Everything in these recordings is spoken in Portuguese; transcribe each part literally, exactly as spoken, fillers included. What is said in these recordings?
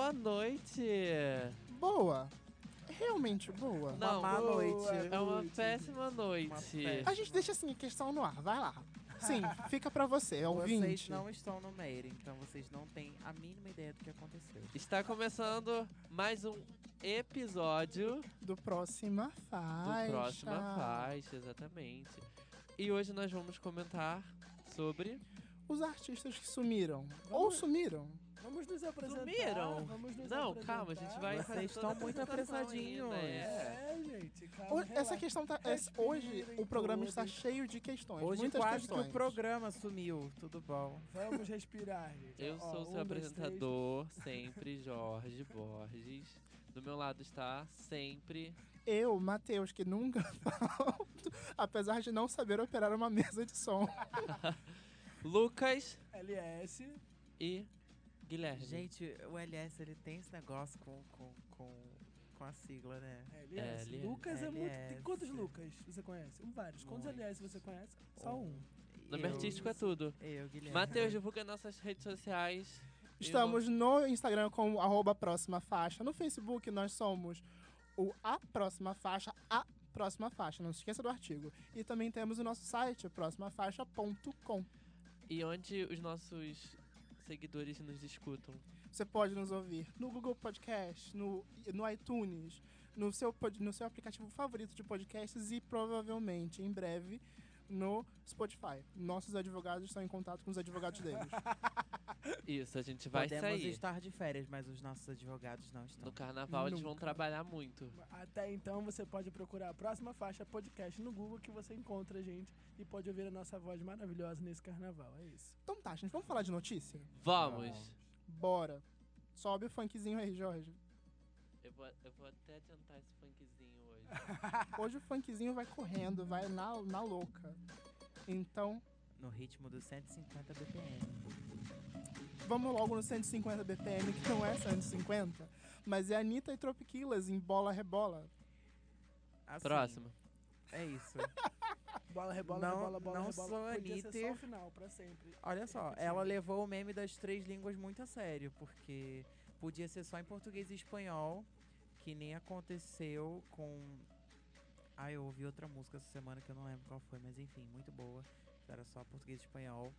boa noite. Boa. Realmente boa. Não, má boa noite. É uma péssima noite. Uma péssima. A gente deixa assim a questão no ar, vai lá. Sim, fica pra você, ouvinte. Vocês não estão no Meire, então vocês não têm a mínima ideia do que aconteceu. Está começando mais um episódio Do Próxima Faixa. do Próxima Faixa, exatamente. E hoje nós vamos comentar sobre... Os artistas que sumiram. Ou sumiram. Vamos nos apresentar. Sumiram? Vamos nos Não, apresentar. calma, a gente vai... fazer Vocês toda estão a muito apresentação apressadinhos. ainda, é. É, gente, calma. Hoje- essa relaxa. questão tá. essa- hoje Respirem o programa todos. está cheio de questões. Hoje muitas quase questões. que o programa sumiu, tudo bom. Vamos respirar, gente. Eu Ó, sou o seu um, dois, apresentador, sempre, Jorge Borges. Do meu lado está sempre... Eu, Matheus, que nunca falto, apesar de não saber operar uma mesa de som. Lucas três. L S. e Guilherme. Gente, o L S ele tem esse negócio com, com, com, com a sigla, né? L S. L S. Lucas é muito. L S. Tem quantos Lucas você conhece? Um, vários. Quantos Muitos. L S você conhece? Só um. Nome Eu- artístico é tudo. Eu, Guilherme. Matheus, divulga nossas redes sociais. Estamos no Instagram como arroba Próxima Faixa. No Facebook nós somos o A Próxima Faixa, A Próxima Faixa. Não se esqueça do artigo. E também temos o nosso site, próxima faixa ponto com. E onde os nossos seguidores nos escutam. Você pode nos ouvir no Google Podcast, no, no iTunes, no seu, pod- no seu aplicativo favorito de podcasts e provavelmente, em breve, no Spotify. Nossos advogados estão em contato com os advogados deles. Isso, a gente vai Podemos sair. estar de férias, mas os nossos advogados não estão. No carnaval eles vão Nunca. trabalhar muito. Até então você pode procurar a Próxima Faixa Podcast no Google que você encontra a gente e pode ouvir a nossa voz maravilhosa nesse carnaval. É isso. Então tá, gente, vamos falar de notícia? Vamos! Bora. Sobe o funkzinho aí, Jorge. Eu vou, eu vou até adiantar esse funkzinho hoje. Hoje o funkzinho vai correndo, vai na, na louca. Então, No ritmo dos cento e cinquenta B P M. vamos logo no cento e cinquenta B P M, que não é cento e cinquenta, mas é Anitta e Tropiquilas em Bola Rebola. Assim, Próximo. É isso. Bola, rebola, Não- rebola, bola, não rebola. sou Podia Anitta. ser só o final, pra sempre. Olha só, ela levou o meme das três línguas muito a sério, porque podia ser só em português e espanhol, que nem aconteceu com... Ah, eu ouvi outra música essa semana que eu não lembro qual foi, mas enfim, muito boa. Que era só português e espanhol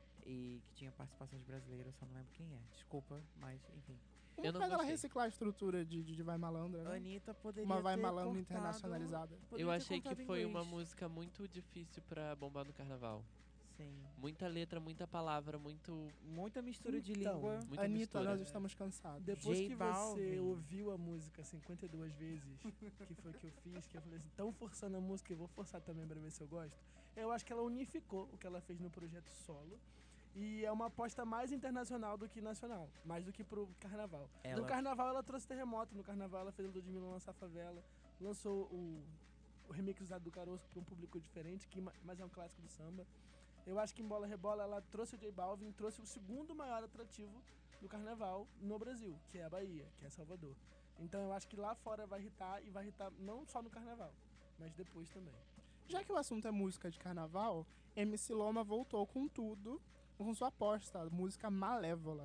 e que tinha participações brasileiras, eu só não lembro quem é. Desculpa, mas enfim. Eu Vamos não pegar ela gostei. reciclar a estrutura de, de, de Vai Malandra, né? Anitta poderia Uma Vai ter Malandra cortado- internacionalizada. poderia Eu ter achei que cortado foi inglês. uma música muito difícil pra bombar no carnaval. Sim. Muita letra, muita palavra, muito... Muita mistura de Então, língua. muita Anitta, mistura. nós estamos cansados. Depois J que Balvin. você ouviu a música cinquenta e duas vezes, que foi que eu fiz, que eu falei assim, tão forçando a música, eu vou forçar também pra ver se eu gosto. Eu acho que ela unificou o que ela fez no projeto solo. E é uma aposta mais internacional do que nacional, mais do que pro carnaval. Ela- No carnaval ela trouxe terremoto, no carnaval ela fez a Ludmilla lançar a favela, lançou o, o remix do do Caroço pra um público diferente, que ma- mas é um clássico do samba. Eu acho que em Bola Rebola ela trouxe o J Balvin, trouxe o segundo maior atrativo do carnaval no Brasil, que é a Bahia, que é Salvador. Então eu acho que lá fora vai irritar e vai irritar não só no carnaval, mas depois também. Já que o assunto é música de carnaval, M C Loma voltou com tudo, com sua aposta, a música Malévola.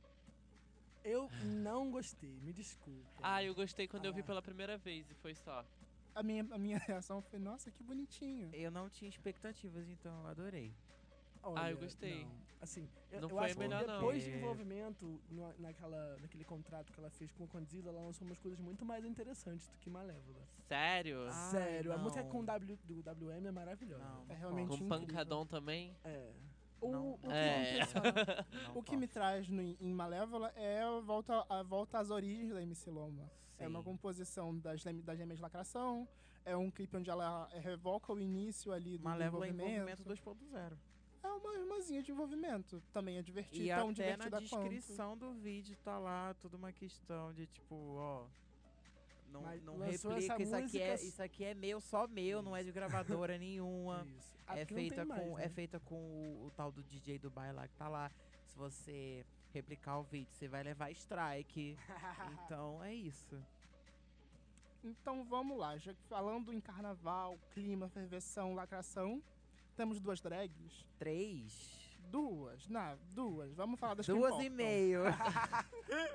Eu não gostei, me desculpa. Ah, eu gostei quando eu vi Ah. pela primeira vez e foi só. A minha, a minha reação foi, nossa, que bonitinho. Eu não tinha expectativas, então eu adorei. Olha, Ah, eu gostei. não. Assim, eu, Não eu foi acho melhor, que não. depois É. de envolvimento no- naquela, naquele contrato que ela fez com o Condzilla, ela lançou umas coisas muito mais interessantes do que Malévola. Sério? Ah. Sério, a não. música com o w, do W M é maravilhosa. Não, É realmente Com incrível. pancadão também? É. O, Não. o que, É. Não o que me traz no- em Malévola é a volta, a volta às origens da M C Loma. É uma Sim. composição das, lem- das gêmeas de lacração, é um clipe onde ela é, revoca o início ali do Malévola é envolvimento. envolvimento dois ponto zero. É uma irmãzinha de envolvimento. Também é divertido, E tão até na divertida quanto. descrição do vídeo tá lá tudo uma questão de tipo, ó. Não, Mas não lançou replica, essa isso aqui, é, música- isso aqui é meu, só meu, não é de gravadora nenhuma. Isso. É Aqui não tem feita, mais, com, né? é feita com o, o tal do D J Dubai lá que tá lá. Se você replicar o vídeo, você vai levar strike. Então é isso. Então vamos lá, já que falando em carnaval, clima, ferveção, lacração, temos duas drags. Três. Duas, não, duas. Vamos falar das que Duas importam. e meio.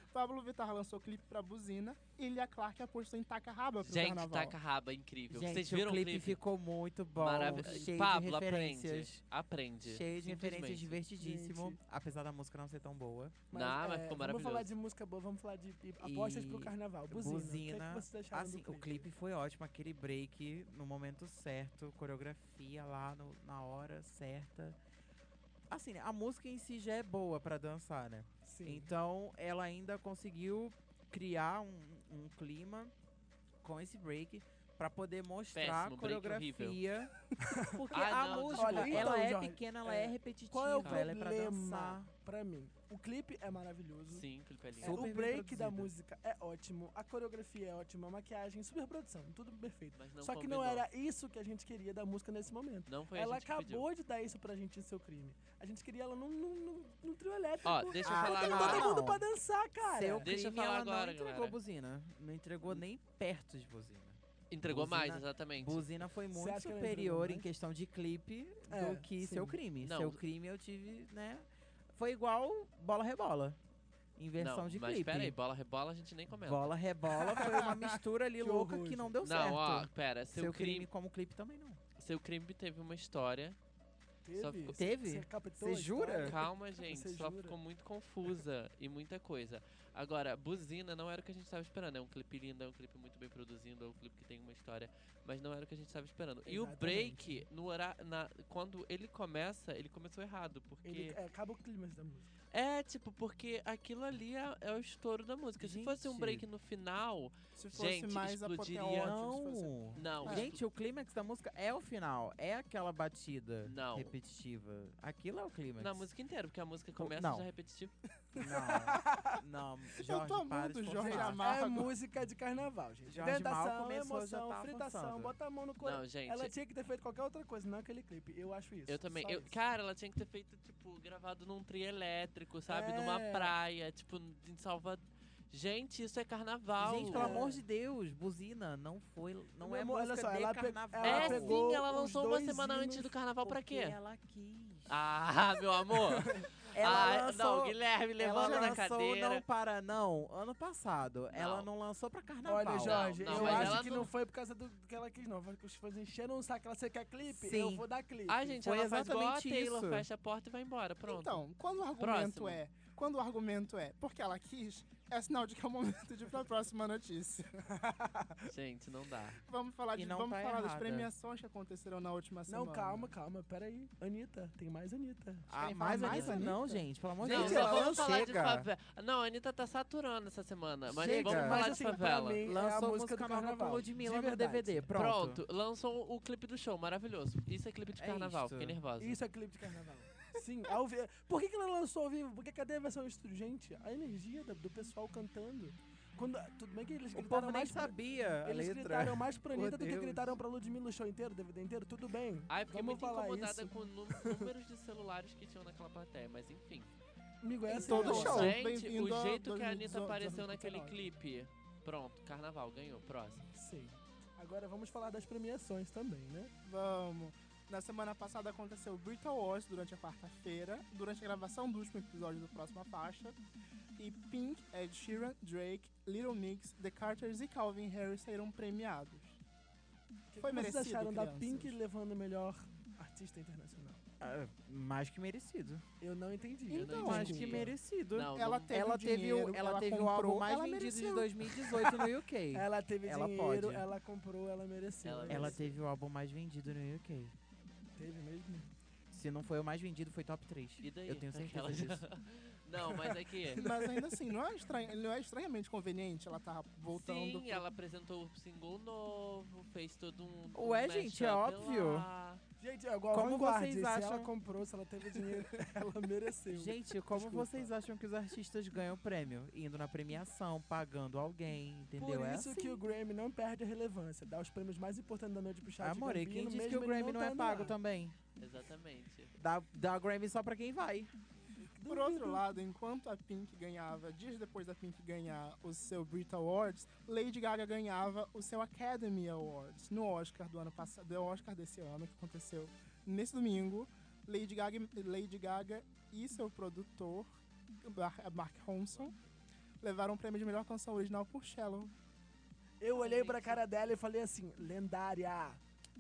Pablo Vittar lançou clipe pra Buzina e Lia Clark apostou em Taca Raba pro Gente, carnaval. taca raba, incrível. Gente, Vocês viram o clipe, ficou muito bom, Maravilhoso. cheio Pablo, de referências. aprende. Aprende. Cheio de referências, simplesmente. divertidíssimo. Gente. Apesar da música não ser tão boa. Mas, Não, mas é, ficou vamos maravilhoso. falar de música boa, vamos falar de de apostas E pro carnaval. Buzina. Buzina. O que, é que vocês acharam Assim, do o clipe foi ótimo, aquele break no momento certo, coreografia lá no- na hora certa. Assim, né, a música em si já é boa pra dançar, né? Sim. Então, ela ainda conseguiu criar um, um clima com esse break pra poder mostrar Péssimo, a break coreografia. Porque Ah, a não, música, desculpa. ela Olha, é então, Jorge, pequena, ela é, é repetitiva, Qual é o ela é pra problema dançar. pra mim? O clipe é maravilhoso. Sim, o clipe é lindo. É, Super o bem break da produzido. música é ótimo, a coreografia é ótima, a maquiagem, super produção, tudo perfeito. Mas não Só que combinou. não era isso que a gente queria da música nesse momento. Não foi a Ela gente que pediu. acabou de dar isso pra gente em Seu Crime. A gente queria ela num, num, num, num trio elétrico. Ó, deixa eu Ah, falar Tem não, agora. todo mundo não. pra dançar, cara. Seu Deixa eu crime, falar ela agora, não entregou galera. buzina. Não entregou nem perto de buzina. Entregou Buzina- mais, exatamente. Buzina foi Você muito acha que ela superior entregou em mais? questão de clipe É, do que sim. Seu Crime. Não. Seu Crime eu tive, né? Foi igual Bola Rebola. Em versão não, de mas clipe. pera aí, bola rebola a gente nem comenta. Bola Rebola foi uma mistura ali Que louca horror, que não gente. deu certo. Não, ó, pera, seu, Seu crime, crime como clipe também não. seu crime teve uma história. Só Teve? ficou- Você- Teve? Você captou Você a jura? história? Calma, gente, Você só jura? ficou muito confusa e muita coisa. Agora, Buzina não era o que a gente estava esperando. É um clipe lindo, é um clipe muito bem produzido, é um clipe que tem uma história, mas não era o que a gente estava esperando. E o Exatamente. break, no hora, na, quando ele começa, ele começou errado, porque Ele, é, acaba o clima da música. é tipo porque aquilo ali é, é o estouro da música. Se fosse um Gente. break no final, Se fosse Gente, mais explodiria. apoteótico, se fosse... Não. não, Gente, o clímax da música é o final. É aquela batida Não. repetitiva. Aquilo é o clímax. na música inteira, porque a música começa não. já repetitivo. Não. Não, Eu Jorge, tô para amando de o Jorge forçar. Amargo. É música de carnaval, gente. Jorge mal Tentação, começou, já emoção, tá fritação, avançando. bota a mão no coração. Não, gente. Ela tinha que ter feito qualquer outra coisa, não aquele clipe. Eu acho isso. Eu também. Só Eu, isso. cara, ela tinha que ter feito, tipo, gravado num trio elétrico, sabe? Numa É. praia, tipo, em Salvador. Gente, isso é carnaval. Gente, pelo É. amor de Deus, Buzina não foi, não Meu é amor, olha música só, de ela pe- carnaval. ela É pegou sim, ela os lançou uma dois semana antes hinos do carnaval pra Porque quê? ela quis. Ah, meu amor. Ela Ai, lançou, não, Guilherme, ela levando na lançou cadeira. Não Para Não ano passado. Ela não lançou pra carnaval. Olha, Jorge, Não, não, eu mas acho ela que não- não foi por causa do que ela quis, não. Foi que os fãs encheram o saco. Ela, você quer clipe? Sim. Eu vou dar clipe. Ah, gente, Foi ela faz igual a exatamente Taylor, isso. fecha a porta e vai embora, pronto. Então, quando o argumento Próximo. é... Quando o argumento é porque ela quis, é sinal de que é o momento de ir pra próxima notícia. Gente, não dá. Vamos falar, E de, não vamos tá falar das errada. premiações que aconteceram na última semana. Não, calma, calma. Peraí. Anitta, tem mais Anitta. Ah, Querem falar mais mais, Anitta? Não, Anitta? gente, pelo amor de Não, Deus. só ela vamos falar de chega. favela. Não, a Anitta tá saturando essa semana, mas Chega. vamos Mas, falar assim, de pra favela. mim, é a Lançou música do música nova carnaval. com Ludmilla De no D V verdade. D. Pronto. Pronto, lançou o clipe do show, maravilhoso. Isso é clipe de É carnaval, isto. fiquei nervosa. Isso é clipe de carnaval. Sim, ao ver. Por que, que ela lançou ao vivo? Porque cadê a versão estúdio? Gente, a energia do, do pessoal cantando. Quando, tudo bem que eles O gritaram povo nem mais pra- sabia a Eles letra. gritaram mais pra Por Anitta do que Deus. gritaram pra Ludmilla o show inteiro, o D V D inteiro, tudo bem. Ai, fiquei Vamos muito falar incomodada isso. com o nú- números de celulares que tinham naquela plateia, mas enfim. Amigo, Em essa todo é a show. nossa. Gente, Bem-vindo o a jeito que a dois mil e Anitta dezoito, apareceu dois mil e naquele dezenove. clipe. Pronto, carnaval, ganhou, próximo. Sim. Agora vamos falar das premiações também, né? Vamos. Na semana passada aconteceu o Brit Awards durante a quarta-feira, durante a gravação do último episódio do Próxima Faixa. E Pink, Ed Sheeran, Drake, Little Mix, The Carters e Calvin Harris saíram premiados. O que, Foi que vocês merecido, acharam da crianças? Pink levando o melhor artista internacional? Ah, mais que merecido. Eu não entendi. Eu Então, não mais entendi. que merecido. Não, Ela não- teve ela o teve, dinheiro, o, ela ela teve o comprou, álbum mais ela vendido de mereceu. dois mil e dezoito no U K. Ela teve Ela dinheiro, pode. ela comprou, ela mereceu. Ela Ela mereceu. teve o álbum mais vendido no U K. Teve mesmo? Se não foi o mais vendido, foi top três. E daí? Eu tenho certeza Aquela- disso. Não, mas é que... Mas ainda assim, não é, estranho, não é estranhamente conveniente ela tá voltando. Sim, ela apresentou o single novo, fez todo um. Ué, um gente, é mashup óbvio. lá. Gente, é igual Como a Vanguard. vocês Se ela acham- comprou, se ela teve dinheiro, ela mereceu. Gente, como Desculpa. vocês acham que os artistas ganham prêmio? Indo na premiação, pagando alguém, entendeu? Por É isso assim. que o Grammy não perde a relevância. Dá os prêmios mais importantes da noite pro Charles Amor, e Gambino, quem disse mesmo que o ele Grammy não é estando pago lá. também? Exatamente. Dá, dá Grammy só pra quem vai. Por outro lado, enquanto a Pink ganhava, dias depois da Pink ganhar o seu Brit Awards, Lady Gaga ganhava o seu Academy Awards no Oscar do ano passado, do Oscar desse ano, que aconteceu nesse domingo. Lady Gaga, Lady Gaga e seu produtor, Mar- Mark Ronson, levaram o prêmio de melhor canção original por Shallow. Eu olhei pra gente. cara dela e falei assim, lendária.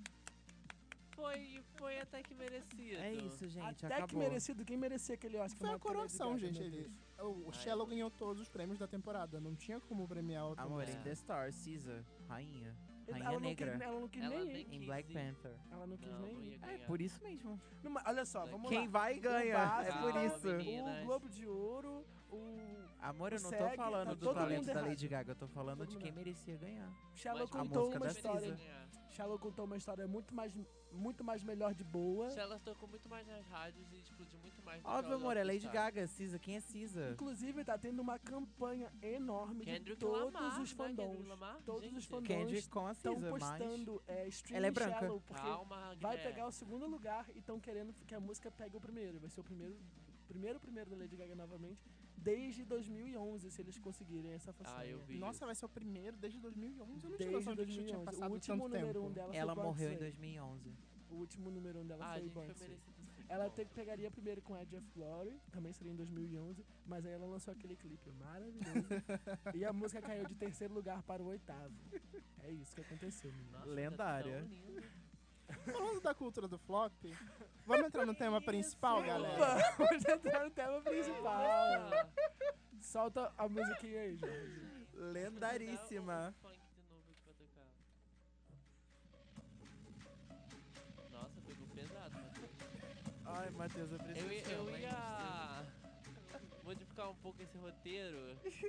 Foi, foi até que merecido. É isso, gente. Até acabou. que merecido. Quem merecia aquele Oscar? Foi a maior que Lady coroação, Gaga, gente. meu Ele, Deus. o o Ai. Shallow ganhou todos os prêmios da temporada. Não tinha como premiar outra Amor, música. em The Star, Caesar, rainha. Rainha ela não negra. Quis, ela não quis Ela nem nem ir. Em quis Black ir. Panther. Ela não quis Não, nem não ir. ia É, ganhar. por isso mesmo. Não, mas olha só, vamos Quem lá. vai ganha. BAFTA, É por Calma, isso. menina. O Globo de Ouro, o Amor, eu O não tô SEG, falando tá do todo talento mundo da errado. Lady Gaga. Eu tô falando Todo de mundo quem errado. merecia ganhar. Shallow Mas a contou música uma da história. Cisa. Shallow contou uma história muito mais, muito mais melhor de boa. Elas tocou muito mais nas rádios e explodiu muito mais. do que Óbvio, All amor, é of the Lady Stars. Gaga. Cisa, quem é Cisa? Inclusive, tá tendo uma campanha enorme de Kendrick todos Lamar, os né? Kendrick fandoms. Lamar? Todos Gente, os fandoms Kendrick com a estão Cisa, mas... postando é, streaming Ela é branca. Shallow, porque Calma, vai Guilherme. pegar o segundo lugar e estão querendo que a música pegue o primeiro. Vai ser o primeiro, primeiro, primeiro da Lady Gaga novamente, desde dois mil e onze, se eles conseguirem essa façanha. Ah, eu vi. Nossa, vai ser o primeiro desde dois mil e onze. Eu não tinha Desde noção de que dois mil isso e tinha onze. O passado último tanto número um tempo. dela Ela foi Born morreu em This Way. dois mil e onze. O último número um dela Ah, foi gente, Born foi This Way. merecido sim. Ela Bom. te- pegaria primeiro com Edge of Glory, também seria em dois mil e onze, mas aí ela lançou aquele clipe maravilhoso. E a música caiu de terceiro lugar para o oitavo. É isso que aconteceu, menino. Nossa, Lendária. tá tão lindo. Falando da cultura do flop, vamos entrar no tema principal, galera. Vamos entrar no tema principal. Nossa. Solta a musiquinha aí, Jorge. Lendaríssima. Dá o funk de novo aqui pra tocar. Nossa, pegou pesado, Matheus. Ai, Matheus, eu preciso Eu, ia- eu realmente ia modificar um pouco esse roteiro,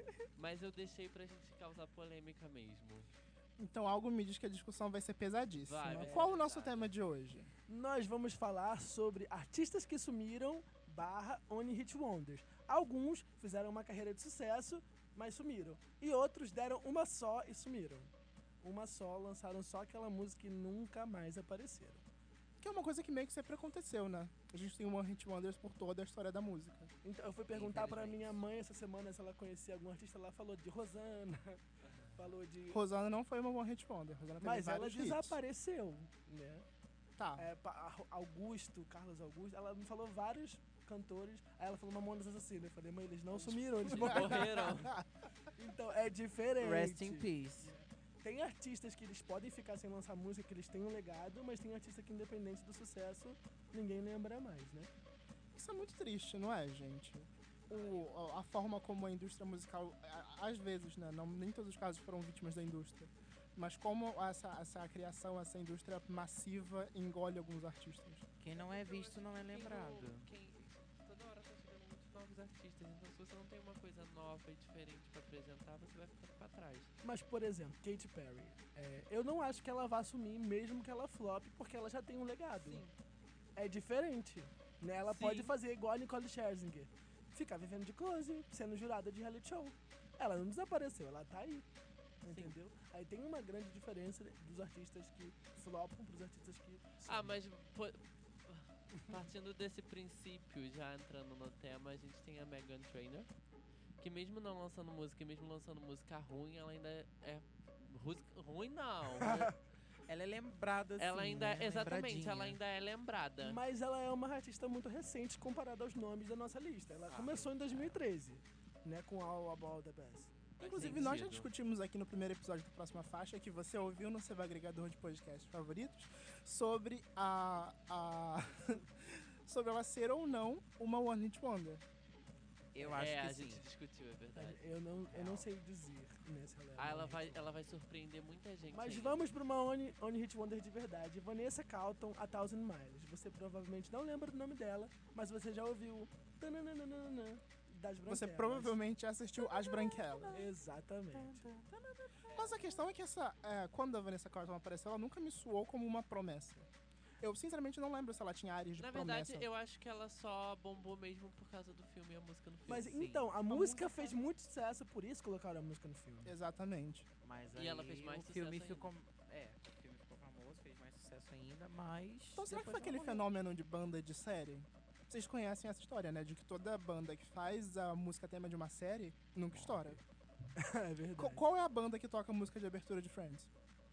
mas eu deixei pra gente causar polêmica mesmo. Então algo me diz que a discussão vai ser pesadíssima. Vai, vai Qual ser o nosso pesada. tema de hoje? Nós vamos falar sobre artistas que sumiram barra Only Hit Wonders. Alguns fizeram uma carreira de sucesso, mas sumiram. E outros deram uma só e sumiram. Uma só, lançaram só aquela música e nunca mais apareceram. Que é uma coisa que meio que sempre aconteceu, né? A gente tem One Hit Wonders por toda a história da música. Então eu fui perguntar pra Infelizmente. minha mãe essa semana se ela conhecia algum artista, ela falou de Rosana, falou de... Rosana não foi uma One Hit Wonder. Rosana teve Mas ela vários hits. desapareceu, né? Tá. É, pa- Augusto, Carlos Augusto, ela me falou vários cantores, aí ela falou Mamonas Assassinas. Eu falei, mãe, eles não sumiram, eles morreram. Morreram. Então é diferente. Rest in peace. Tem artistas que eles podem ficar sem lançar música, que eles têm um legado, mas tem artista que, independente do sucesso, ninguém lembra mais, né? Isso é muito triste, não é, gente? O, a- a forma como a indústria musical, a- às vezes, né? Não, nem todos os casos foram vítimas da indústria. Mas como essa, essa criação, essa indústria massiva engole alguns artistas. Quem não é visto não é lembrado. Quem, toda hora tá chegando muitos novos artistas, então se você não tem uma coisa nova e diferente pra apresentar, você vai ficando pra trás. Mas, por exemplo, Katy Perry. É, eu não acho que ela vá sumir, mesmo que ela flop, porque ela já tem um legado. Sim. É diferente. Né? Ela Sim. pode fazer igual a Nicole Scherzinger. Ficar vivendo de close, sendo jurada de reality show. Ela não desapareceu, ela tá aí. Entendeu? Aí tem uma grande diferença dos artistas que flopam pros artistas que Ah, sumem. mas po- partindo desse princípio, já entrando no tema, a gente tem a Meghan Trainor, que mesmo não lançando música, e mesmo lançando música ruim, ela ainda é... rus- Ruim não. Ela é lembrada, assim, ela ainda, né? exatamente, Lembradinha. ela ainda é lembrada. Mas ela é uma artista muito recente comparada aos nomes da nossa lista. Ela Ah, começou em dois mil e treze, né, com All About the Best. Faz Inclusive, nós já sentido. discutimos aqui no primeiro episódio da próxima faixa, que você ouviu no seu agregador de podcasts favoritos, sobre a. a sobre ela ser ou não uma One Hit Wonder. Eu acho é, que a sim. gente discutiu, é verdade. Eu não, eu não sei dizer, né, se ela é Ah, uma ela hit vai, wonder. ela vai surpreender muita gente. Mas aí. vamos pra uma Only, Only Hit Wonder de verdade. Vanessa Carlton, A Thousand Miles. Você provavelmente não lembra do nome dela, mas você já ouviu tananana das Branquelas. Você provavelmente assistiu As Branquelas. Exatamente. Mas a questão é que essa, é, quando a Vanessa Carlton apareceu, ela nunca me soou como uma promessa. Eu, sinceramente, não lembro se ela tinha áreas de Na promessa. verdade, eu acho que ela só bombou mesmo por causa do filme e a música no filme. Mas Sim. então, a, música música fez muito sucesso, por isso colocaram a música no filme. Exatamente. Mas E aí ela fez mais o filme sucesso ficou... É, o filme ficou famoso, fez mais sucesso ainda, mas... Então, será que depois foi aquele ela morreu. fenômeno de banda de série? Vocês conhecem essa história, né? De que toda banda que faz a música tema de uma série nunca estoura. É verdade. Qu- qual é a banda que toca a música de abertura de Friends?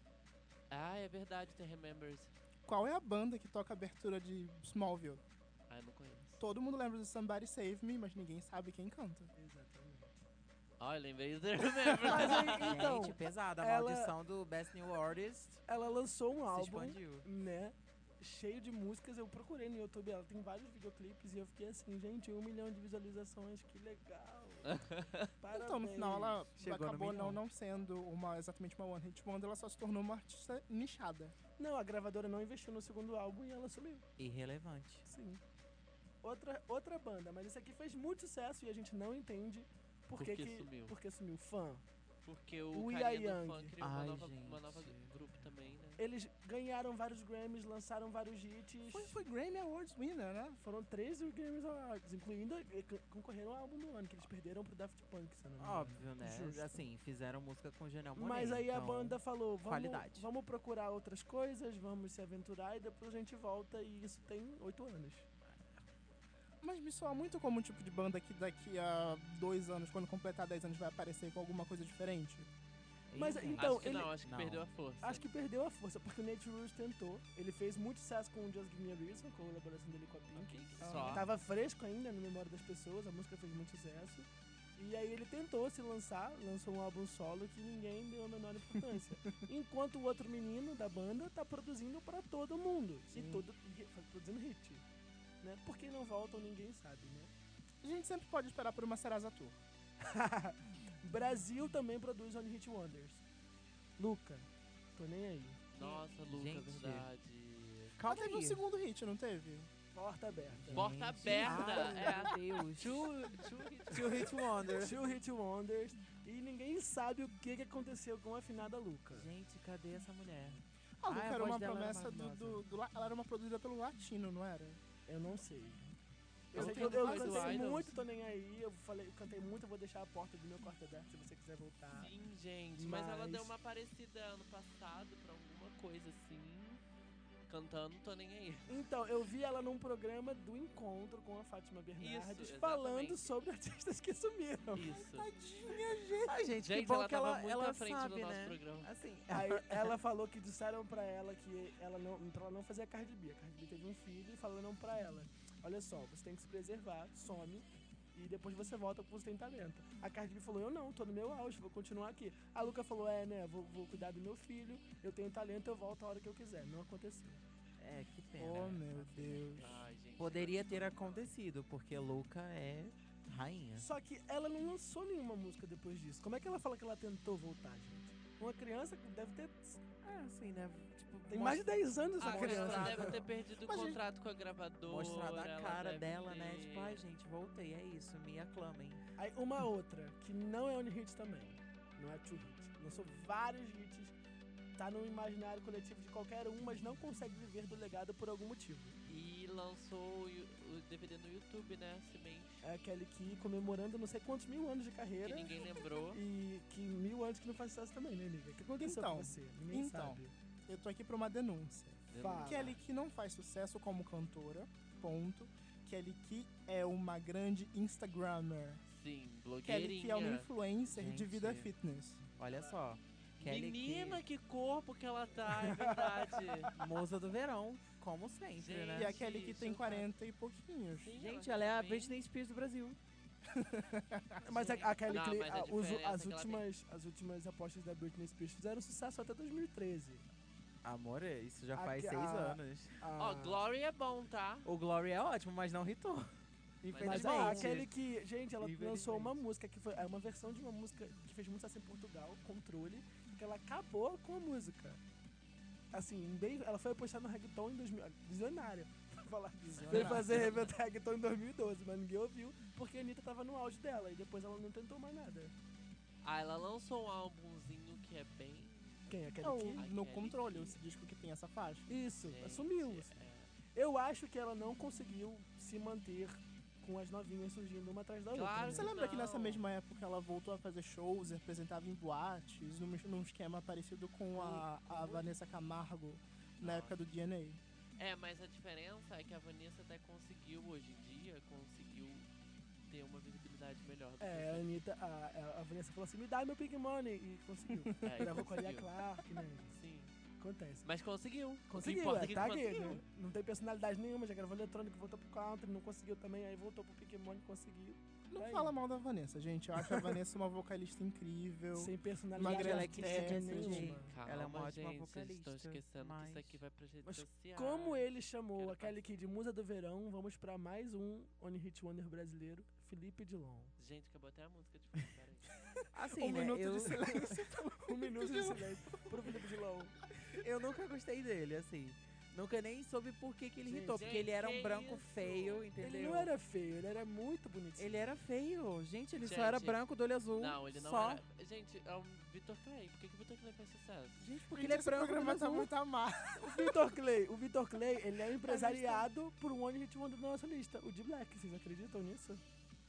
Ah, é verdade, tem Remembers. Qual é a banda que toca a abertura de Smallville? Ah, eu não conheço. Todo mundo lembra de Somebody Save Me, mas ninguém sabe quem canta. Exatamente. Olha, lembrei do Remember. Mas aí, então, Gente, pesada. A ela- maldição do Best New Artist ela lançou um se álbum, expandiu. né? Cheio de músicas. Eu procurei no YouTube, ela tem vários videoclipes e eu fiquei assim, gente, um milhão de visualizações, que legal. Parabéns. Então, no final, ela Chegou no acabou não, milhão. não sendo uma, exatamente uma One Hit Wonder, ela só se tornou uma artista nichada. Não, a gravadora não investiu no segundo álbum e ela sumiu. Irrelevante. Sim. Outra, outra banda, mas esse aqui fez muito sucesso e a gente não entende por Por que que que- sumiu? por que sumiu. Fã. Porque o O carinha Ia do fã Young. criou uma Ai, nova, uma nova gente. grupo também, né? Eles ganharam vários Grammys, lançaram vários hits. Foi, foi Grammy Awards winner, né? Foram três Grammys Awards, incluindo eh, c- concorreram ao álbum do ano, que eles perderam pro Daft Punk, se eu não me engano. Óbvio, né? Justo. Assim, fizeram música com Janelle Monáe. Mas aí a então, banda falou, vamos, qualidade. vamos procurar outras coisas, vamos se aventurar e depois a gente volta e isso tem oito anos. Mas me soa muito como um tipo de banda que daqui a dois anos, quando completar dez anos, vai aparecer com alguma coisa diferente. Mas, Ih, então, acho que ele- não, acho que Não. perdeu a força. Acho que perdeu a força, porque o Nate Rules tentou, ele fez muito sucesso com o Just Give Me a Reason, com a colaboração dele com a Pink. Pink, Ah, só. Tava fresco ainda na memória das pessoas, a música fez muito sucesso. E aí ele tentou se lançar, lançou um álbum solo que ninguém deu a menor importância. Enquanto o outro menino da banda tá produzindo pra todo mundo. E Sim. todo, e re- produzindo hit. Né? Por que não voltam, ninguém sabe, né? A gente sempre pode esperar por uma Serasa Tour. Brasil também produz One Hit Wonders. Luca, tô nem aí. Nossa, Luca, Gente. verdade. Calma Mas teve um aí. segundo hit, não teve? Porta aberta. Porta aberta, Ai, é. meu Deus. Two, two hits. Two Hit Wonder. Two Hit Wonders. E ninguém sabe o que, que aconteceu com a afinada Luca. Gente, cadê essa mulher? A Luca Ai, a era voz uma dela era promessa do, maravilhosa. do, do la- Ela era uma produzida pelo Latino, não era? Eu não sei. Eu Eu sei que tenho eu, eu quase cantei Idols. muito, tô nem aí. Eu falei, eu cantei muito, eu vou deixar a porta do meu quarto aberta se você quiser voltar. Sim, gente. Mas... ela Mas- deu uma parecida ano passado pra alguma coisa assim. Cantando, tô nem aí. Então, eu vi ela num programa do Encontro com a Fátima Bernardes Isso, falando exatamente. sobre artistas que sumiram. Isso. Ai, gente, que Gente, bom ela que tava ela, muito ela à frente sabe, do nosso né? programa. Assim, Aí ela falou que disseram pra ela que ela não, pra ela não fazer a Cardi B. A Cardi B teve um filho e falaram pra ela, olha só, você tem que se preservar, some, e depois você volta porque você tem talento. A Cardi B falou, eu não, tô no meu auge, vou continuar aqui. A Luca falou, é, né, vou, vou cuidar do meu filho, eu tenho talento, eu volto a hora que eu quiser. Não aconteceu. é, que pena. Oh, meu Deus. Ai, gente. Poderia ter acontecido, porque Luca é rainha. Só que ela não lançou nenhuma música depois disso. Como é que ela fala que ela tentou voltar, gente? Uma criança que deve ter... É, assim, né? Tipo, Tem mais de dez anos essa A criança. criança mostrada- deve ter perdido o Mas, gente, contrato com a gravadora. Mostrada a ela cara deve dela, né? ter- Tipo, ai, gente, voltei, é isso, me aclamem. Aí uma outra, que não é One Hit também, não é Two Hit. Lançou vários hits, tá no imaginário coletivo de qualquer um, mas não consegue viver do legado por algum motivo. E lançou o, Yu- o D V D no YouTube, né? Semente. É aquele que comemorando não sei quantos mil anos de Que carreira ninguém lembrou. e que mil anos que não faz sucesso também, né, amiga? O que aconteceu Então, com você? Ninguém então. sabe. Eu tô aqui pra uma denúncia. Fala. Kelly que não faz sucesso como cantora, ponto. Kelly que é uma grande Instagrammer. Sim, Kelly que é uma blogueirinha. influencer de vida Gente. fitness. Olha só. Kelly Menina, que corpo que ela tá, é verdade. que... Musa do verão, como sempre, Gente, né? E a Kelly que tem chocado. quarenta e pouquinhos. Sim, Gente, ela ela é a bem- Britney Spears do Brasil. Mas a, a Kelly Não, Cle- mas a a- os- diferença as, é que ela tem- últimas, as últimas apostas da Britney Spears fizeram sucesso até dois mil e treze. Amor, é, isso já A- faz seis a- anos. Ó, A- Glory é bom, tá? O Glory é ótimo, mas não hitou. Mas Infelizmente. ó, aquele que, gente, ela Infelizmente. lançou uma música que foi é uma versão de uma música que fez muito sucesso em Portugal, Controle, que ela acabou com a música. Assim, bem, ela foi postada no reggaeton em dois mil, visionária, pra falar. Veio fazer evento reggaeton em dois mil e doze, mas ninguém ouviu porque a Anitta tava no auge dela e depois ela não tentou mais nada. Ah, ela lançou um álbumzinho que é bem. Quem é aquele Não, aqui? Ai, no Kelly controle, que- esse disco que tem essa faixa. Isso, Gente, assumiu. é. Eu acho que ela não conseguiu se manter com as novinhas surgindo uma atrás da outra. Claro né? Você lembra que nessa Não. mesma época ela voltou a fazer shows e apresentava em boates, num, num esquema parecido com a, a Vanessa Camargo na época do D N A? É, mas a diferença é que a Vanessa até conseguiu, hoje em dia, conseguiu ter uma visibilidade melhor do que É, a os Anitta, a, a Vanessa falou assim, me dá meu Pink Money, e conseguiu. outros. É, e Gravou com a Lia conseguiu. Clark, né? Sim. Acontece. Mas conseguiu. O que Conseguiu, importa é, é que tá aqui, conseguiu. né? Não tem personalidade nenhuma, já gravou eletrônico, voltou pro country, não conseguiu também, aí voltou pro Pokémon e conseguiu. Não Aí. fala mal da Vanessa, gente. Eu acho a Vanessa uma vocalista incrível. Sem Uma personalidade grande artística técnica, nenhuma. Calma, Ela é uma ótima gente, vocês estão vocalista, esquecendo que mas- isso aqui vai pra redes Mas sociais. como ele chamou Quero a Kelly passar. Key de Musa do Verão, vamos pra mais um Only Hit Wonder brasileiro, Felipe Dilon. Gente, acabou até a música de fundo, peraí. Assim, Um né? minuto eu, de silêncio. Um minuto de silêncio pro Felipe Dilon. eu nunca gostei dele, assim. Nunca nem soube por que, que ele Gente, irritou. Porque ele era um que branco isso? feio, entendeu? Ele não era feio, ele era muito bonitinho. Ele era feio. Gente, ele Gente, só era branco do olho azul. Não, ele não só. era... Gente, é o Vitor Clay. Por que, que o Vitor Clay faz sucesso? Gente, porque Gente, ele é esse branco do olho programa tá azul. muito amargo. O Vitor Clay, o Vitor Clay, ele é empresariado por um Only Hit Wonder da nossa lista, o D-Black. Vocês acreditam nisso?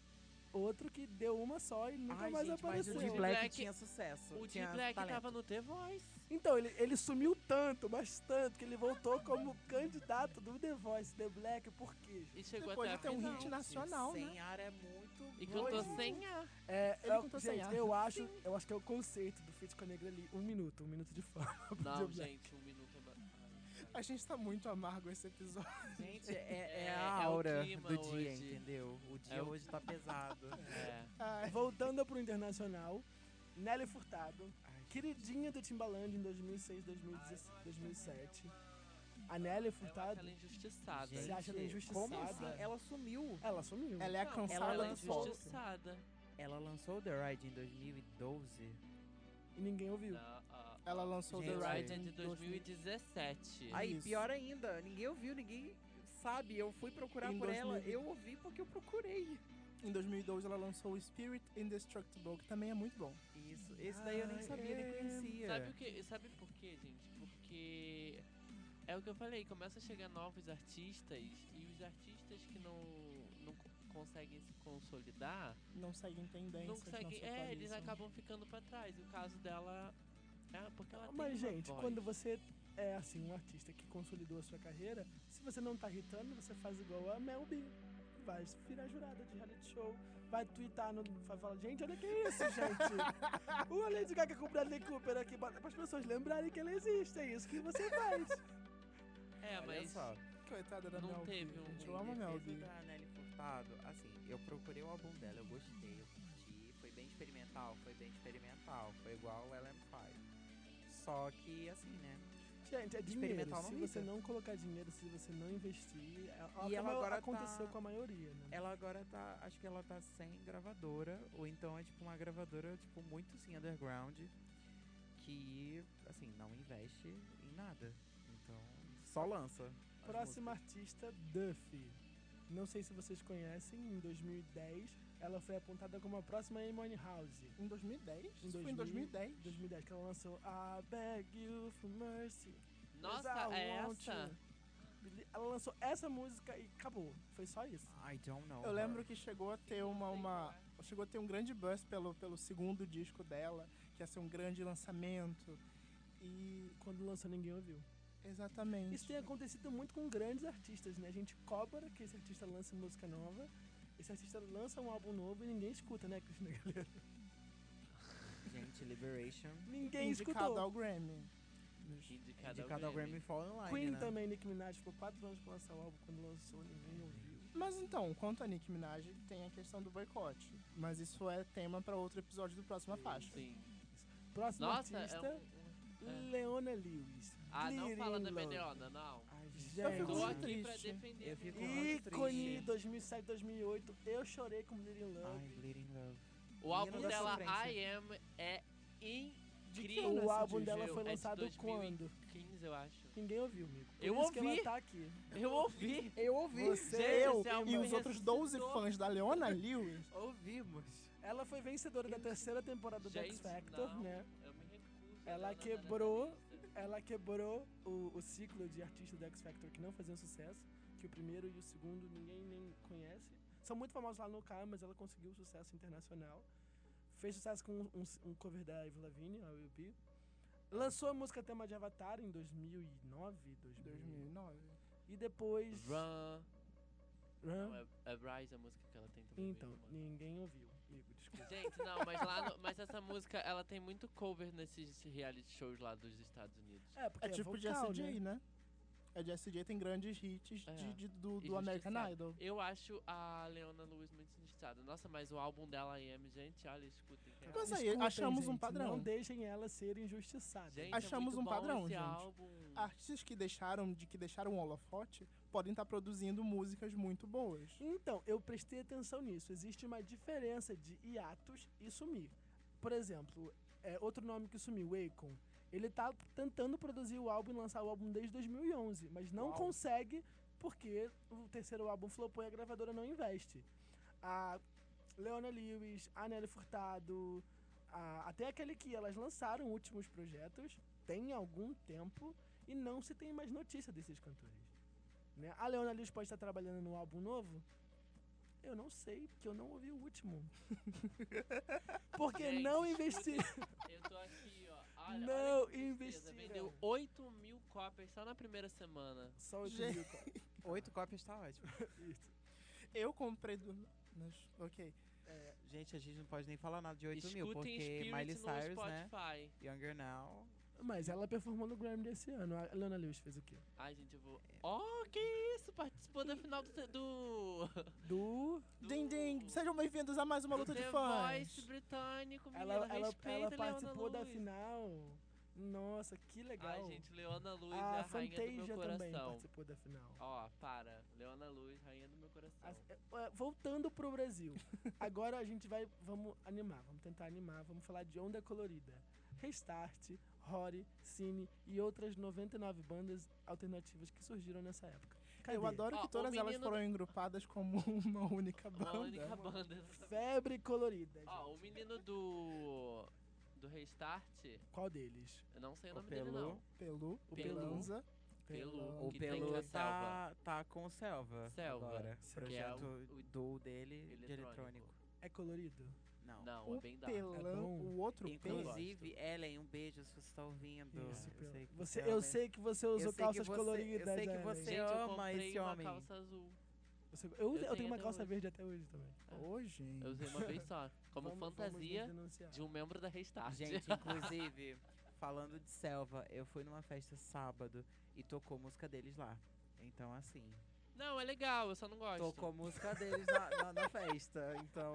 Outro que deu uma só e nunca Ai, mais gente, mas apareceu. o D D-Black Black- tinha sucesso. O tinha D-Black talento. tava no The Voice. Então, ele, ele sumiu tanto, mas tanto, que ele voltou como candidato do The Voice, The Black, por quê? E chegou Depois até de ter a um final. hit nacional, né? Sem ar é muito... E muito cantou difícil. sem ar. É, Ele é, cantou sem gente, ar. eu acho, eu acho que é o conceito do feat com a negra ali. Um minuto, um minuto de fama. pro The Não, Black. gente, um minuto é... ba- Ai. A gente tá muito amargo esse episódio. Gente, é, é É, a é o aura clima do dia, hoje. entendeu? O dia É o- hoje tá pesado. É. Ai, Voltando pro internacional, Nelly Furtado, Ai, queridinha do Timbaland em dois mil e seis, dois mil e dezessete, dois mil e sete. A Nelly Eu acho Furtado, ela injustiçada. gente, Você acha ela injustiçada? Como assim? Ela sumiu. ela sumiu. ela é a Não, cansada ela é do folk. injustiçada. Ela lançou The Ride em dois mil e doze. E ninguém ouviu. Não, ah, Ela lançou Gente, The The Ride Ride é em de dois mil e dezessete. Aí, Isso. pior ainda, ninguém ouviu, ninguém sabe. Eu fui procurar Em por ela, dois mil e eu ouvi porque eu procurei. Em dois mil e doze ela lançou o Spirit Indestructible, que também é muito bom. Isso, esse daí eu nem Ai, sabia, nem é. conhecia. Sabe o que? Sabe por quê, gente? Porque é o que eu falei, começa a chegar novos artistas e os artistas que não, não co- conseguem se consolidar, Não seguem tendências, não não, conseguem, se é, eles atualizam. acabam ficando pra trás. E o caso dela é porque ela Mas, tem uma gente, voz. quando você é assim, um artista que consolidou a sua carreira, se você não tá irritando, você faz igual a Mel B. Vai virar jurada de reality show. Vai twittar no. Vai falar, gente, olha que isso, gente. O Lady Gaga com o Bradley Cooper aqui, para as pessoas lembrarem que ela existe. É isso que você faz. É, Olha mas só, Coitada da Não Mel B, teve um- gente. em Eu amo a Mel defesa B. da Nelly Furtado, assim, eu procurei o álbum dela, eu gostei, eu curti, foi bem experimental, foi bem experimental, foi igual o L M cinco. Só que, assim, né, Gente, é dinheiro. Experimental não Se você irrita. não colocar dinheiro, se você não investir. É, E ela como agora aconteceu tá- com a maioria, né? ela agora tá, acho que ela tá sem gravadora, ou então é tipo uma gravadora, tipo, muito assim, underground, que, assim, não investe em nada. Então, só lança. as Próxima músicas. artista, Duffy. Não sei se vocês conhecem, em dois mil e dez, ela foi apontada como a próxima Amy House. Em dois mil e dez? Em Isso foi em dois mil e dez. dois mil e dez, que ela lançou I Beg You for Mercy. nossa, Yes, I é want essa? you. Ela lançou essa música e acabou. Foi só isso. I don't know. Eu her. lembro que chegou a ter uma, uma chegou a ter um grande buzz pelo, pelo segundo disco dela, que ia ser um grande lançamento. E Quando lançou, ninguém ouviu. exatamente. Isso tem acontecido muito com grandes artistas, né? A gente cobra que esse artista lance música nova, esse artista lança um álbum novo e ninguém escuta, né, Cristina Galera? Gente, Liberation. Ninguém Indicado escutou. ao Grammy. Indicado, Indicado ao Grammy Fall Online, Queen né? também, Nicki Minaj, ficou quatro anos pra lançar o álbum. Quando lançou, ninguém ouviu. Mas então, quanto a Nicki Minaj, tem a questão do boicote. Mas isso é tema para outro episódio do Próxima Faixa. Sim. Próximo Nossa, artista, é um... é. Leona Lewis. Ah, não Glitter fala in da Love. Meliona, não. Ai, gente. Eu fico Tô muito aqui pra triste. defender. Eu fico minha muito irmã. Ícone triste. dois mil e sete, dois mil e oito. Eu chorei com Glitter in Love. Ai, Bleeding Love. O álbum Menina da dela, sofrência. I Am, é De que incrível. ano O esse álbum disco? dela É foi de lançado dois mil e quando? quinze, eu acho. Ninguém ouviu, amigo. Por Eu isso que ouvi. ela tá aqui. Eu ouvi. Eu ouvi. Você, Gente, Eu esse álbum e me os outros doze ressuscitou. fãs da Leona Lewis. Ouvimos. ela foi vencedora da terceira temporada do X Gente, Factor, não, né? Eu me recuso. Ela a dar nada quebrou- nessa lista. Ela quebrou o, o ciclo de artistas do X Factor que não faziam sucesso, que o primeiro e o segundo ninguém nem conhece. São muito famosos lá no K, mas ela conseguiu sucesso internacional. Fez sucesso com um, um- um cover da Avril Lavigne, a Will Be. Lançou a música tema de Avatar em dois mil e nove, dois mil. dois mil e nove. E depois... Run. Hã? Não, é, é Rise a música que ela tem também. Então, mesmo, mano. ninguém ouviu, amigo, desculpa. Gente, não, mas lá no, mas essa música, ela tem muito cover nesses reality shows lá dos Estados Unidos. É, porque É tipo vocal, Jessie J, né? né? A Jessie J tem grandes hits É. de, de- do, E do American justiçado. Idol. Eu acho a Leona Lewis muito injustiçada. Nossa, mas o álbum dela I Am, gente, olha, escutem. que é Mas álbum. aí, Escutem, achamos um gente, padrão. Não deixem ela ser injustiçada. Gente, achamos é muito um bom padrão, esse gente. álbum. Artistas que deixaram de que deixaram o holofote podem estar produzindo músicas muito boas. Então, eu prestei atenção nisso. Existe uma diferença de hiatos e sumir. Por exemplo, é, outro nome que sumiu, Akon. Ele tá tentando produzir o álbum e lançar o álbum desde dois mil e onze, mas não Uau. consegue porque o terceiro álbum flopou e a gravadora não investe. A Leona Lewis, a Nelly Furtado, a, até aquele que elas lançaram últimos projetos, tem algum tempo e não se tem mais notícia desses cantores. Né? A Leona Lewis pode estar trabalhando no álbum novo? Eu não sei, porque eu não ouvi o último. Porque Gente, não escutem. investi. Eu tô aqui, ó. Olha, Não olha que tristeza. investiram. Vendeu oito mil cópias só na primeira semana. Só oito Gente. mil. cara. Oito cópias tá ótimo. Isso. Eu comprei do. Mas, ok. É, Gente, a gente não pode nem falar nada de oito mil, Escutem porque Spirit Miley no Cyrus, né? Spotify. Younger Now. mas ela performou no Grammy desse ano. A Leona Lewis fez o quê? Ai, gente, eu vou... Oh, que isso! Participou da final do... Do... Do. do Din, din. Sejam bem-vindos a mais uma do luta The de fãs. Voice britânico, menina. Ela, ela, Respeita ela Leona participou da Lewis. final. Nossa, que legal. Ai, gente, Leona Lewis é a a rainha do meu Fantasia também coração. participou da final. Ó, para. Leona Lewis, rainha do meu coração. As- é, é, voltando pro Brasil. Agora a gente vai. Vamos animar, vamos tentar animar. Vamos falar de Onda Colorida. Restart, Rory, Cine e outras noventa e nove bandas alternativas que surgiram nessa época. Cadê? Eu adoro Ó, que o todas elas menino foram agrupadas como uma única banda. Uma única banda. Febre Colorida. Ó, o gente. menino do... Do Restart, Qual deles? eu não sei o O nome dele, Pelu. não. Pelu, O Pelu. Pelanza. Pelu. O Que tem Pelu a tá, tá com o Selva. Selva, Agora. que é Projeto o- o- do dele de eletrônico. eletrônico. É colorido? Não. Não, é O bem dark. Pelan, É bom. o outro P. Inclusive, Ellen, um beijo se você tá ouvindo. Isso, eu Pelu. sei que você, ama eu esse- sei que você eu usou sei que calças você- coloridas. eu sei que Ellen. você Gente, eu ama comprei esse uma homem. calça azul. Você- eu, uso- eu eu tenho tenho uma até calça hoje. verde até hoje também. Ô, gente. Eu usei uma vez só. Como Vamos- vamos fantasia nos denunciar. de um membro da Restart. Gente, inclusive, falando de Selva, eu fui numa festa sábado e tocou música deles lá. Então, assim, Não, é legal, eu só não gosto. tocou música deles na, na, na festa. Então,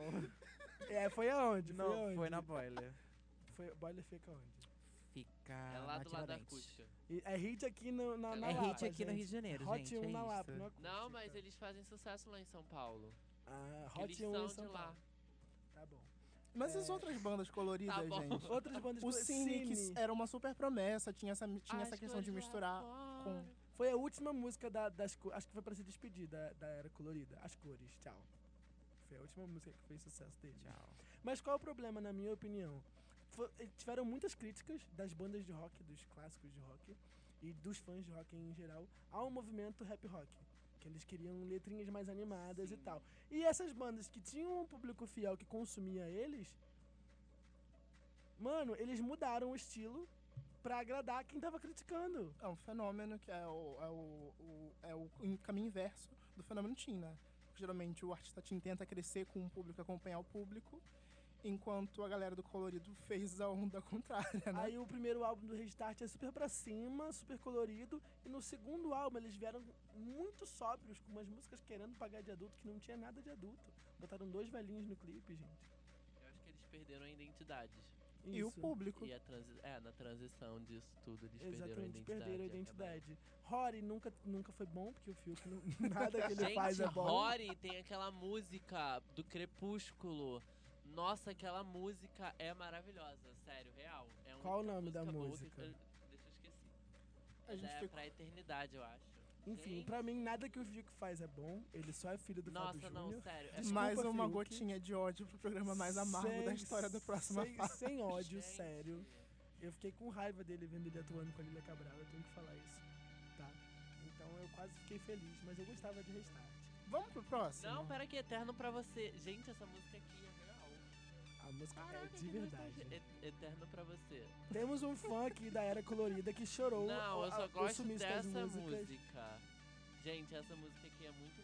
É, foi aonde? não, foi aonde? foi na Boiler. Foi, Boiler fica onde? Fica É lá na do lado da Tiradentes. acústica. E é hit aqui no, na, na É É Lapa, hit aqui no gente. Rio de Janeiro, Hot gente, um é na Lapa, isso. no acústica. Não, mas eles fazem sucesso lá em São Paulo. Ah, Que eles Hot um em são São de lá. Paulo. Tá bom. Mas as É. outras bandas coloridas, Tá bom. gente? Outras bandas... O co- Cine, que Cine. era uma super promessa, tinha essa, tinha essa As questão de cores lá misturar fora. com... Foi a última música da, das cores. Acho que foi pra se despedir da, da Era Colorida. As cores, tchau. Foi a última música que fez sucesso dele. Tchau. Mas qual é o problema, na minha opinião? Fo- eh, tiveram muitas críticas das bandas de rock, dos clássicos de rock e dos fãs de rock em geral ao movimento rap rock. Que eles queriam letrinhas mais animadas e Sim. tal. E essas bandas que tinham um público fiel que consumia eles, mano, eles mudaram o estilo pra agradar quem tava criticando. É um fenômeno que é o, é o, o- é o em- caminho inverso do fenômeno teen, né? Geralmente o artista teen tenta crescer com o público, acompanhar o público, enquanto a galera do colorido fez a onda contrária, né? Aí o primeiro álbum do Restart é super pra cima, super colorido. E no segundo álbum eles vieram muito sóbrios, com umas músicas querendo pagar de adulto, que não tinha nada de adulto. Botaram dois velhinhos no clipe, gente. Eu acho que eles perderam a identidade. E o Isso. público. E a transi é, na transição disso tudo, eles Exatamente, perderam a identidade. perderam a acabaram. identidade. Rory nunca, nunca foi bom, porque o Fiuk não, nada que ele Gente, faz é bom. Rory tem aquela música do Crepúsculo. Nossa, aquela música é maravilhosa, sério, real. É a Qual o única nome da boa que- música? deixa eu esqueci. A Mas gente é ficou- pra eternidade, eu acho. Enfim, Gente. pra mim, nada que o Fiuk faz é bom. Ele só é filho do Nossa, Fábio não, Júnior. sério. É Desculpa, Mais uma Fiuk. gotinha de ódio pro programa mais amargo Sem- da história da próxima sem, fase. sem ódio, Gente. sério. Eu fiquei com raiva dele vendo ele atuando com a Lilia Cabral, eu tenho que falar isso, tá? Então eu quase fiquei feliz, mas eu gostava de Restart. Vamos pro próximo? Não, pera que Eterno pra você. Gente, essa música aqui é real. A música Caraca, é que de verdade. nostalgia. E- Eterno pra você. Temos um fã aqui da Era Colorida que chorou Não, eu a- só o gosto sumiço das dessa músicas. música. Gente, essa música aqui é muito linda.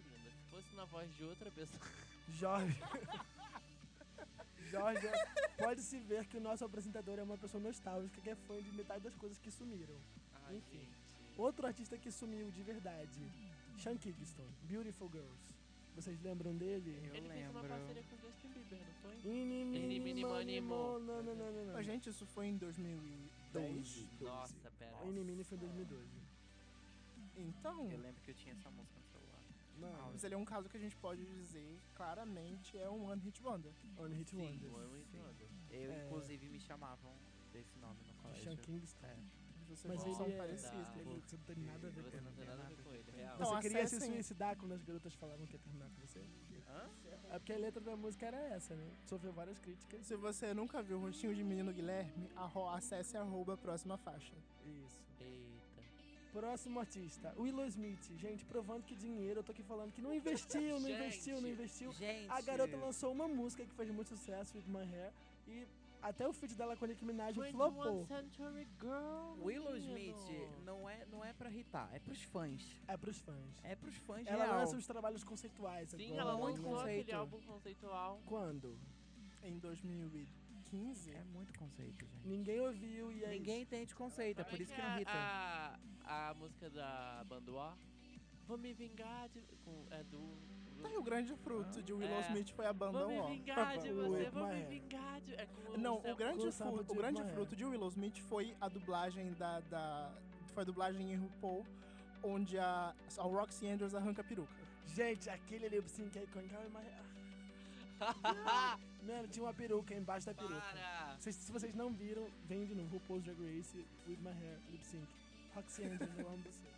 fosse na voz de outra pessoa. Jorge. Jorge, pode-se ver que o nosso apresentador é uma pessoa nostálgica que é fã de metade das coisas que sumiram. Ai, Enfim. gente. Outro artista que sumiu de verdade, Sean Kingston, Beautiful Girls. Vocês lembram dele? Eu Ele fez uma lembro. parceria com o Justin Bieber, não foi? Ini, Mini, mini, mini, mani, mani, mo. mo. Não, não, não, não, não. Mas, gente, isso foi em dois mil e dez. doze. Nossa, pera. O Ini Mini foi em dois mil e doze. Então, Eu lembro que eu tinha essa música no celular. Não, mas ele é um caso que a gente pode dizer claramente é um One Hit Wonder. One Hit Sim, Wonder. o One Hit Wonder. Eu, É. inclusive, me chamavam desse nome no colégio. Sean Kingston. É. Vocês Mas são ele é- parecidos. Tá. Ele- Você não tem nada a ver com Você ele. não tem nada a ver com ele, real. Então, Você queria se acessem- suicidar quando as garotas falavam que ia terminar com você? Hã? É porque a letra da música era essa, né? Sofreu várias críticas. Se você nunca viu o rostinho de menino Guilherme, arro- acesse arroba próxima faixa. Isso. Eita. Próximo artista, Willow Smith. Gente, provando que dinheiro, eu tô aqui falando que não investiu, não Gente. investiu, não investiu. Gente, A garota lançou uma música que fez muito sucesso, With My Hair, e até o feat dela com a Nicki Minaj flopou. Century Girl. Willow menino. Smith não é, não é pra irritar, é pros fãs. É pros fãs. É pros fãs Ela real. lança os trabalhos conceituais Sim, agora. ela muito lançou aquele conceito. álbum conceitual. Quando? Em dois mil e quinze, É muito conceito, gente. Ninguém ouviu e aí... Ninguém entende conceito, é Como por isso que é não irrita. A, a música da Bandoa? Vou me vingar de... Com, é do... tá aí o grande fruto de Willow É. Smith foi a banda Vou me Ó. vingar de O você, With vou My me Hair. vingar de... É com Não, sample- o grande, com sample fru- de o grande With My fruto de Willow Smith foi a dublagem da, da foi a dublagem em RuPaul, onde a, a Roxy Andrews arranca a peruca. Gente, aquele lip sync aí com With My Hair. Mano, tinha uma peruca embaixo da peruca. Para! Vocês- se vocês não viram, vem de novo. RuPaul's Drag Race, With My Hair, lip sync. Roxy Andrews, eu amo você.